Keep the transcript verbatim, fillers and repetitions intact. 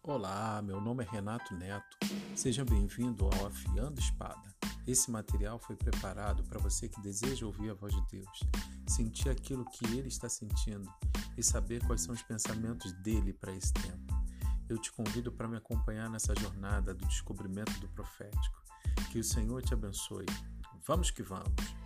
Olá, meu nome é Renato Neto. Seja bem-vindo ao Afiando Espada. Esse material foi preparado para você que deseja ouvir a voz de Deus, sentir aquilo que Ele está sentindo e saber quais são os pensamentos dele para esse tempo. Eu te convido para me acompanhar nessa jornada do descobrimento do profético. Que o Senhor te abençoe. Vamos que vamos!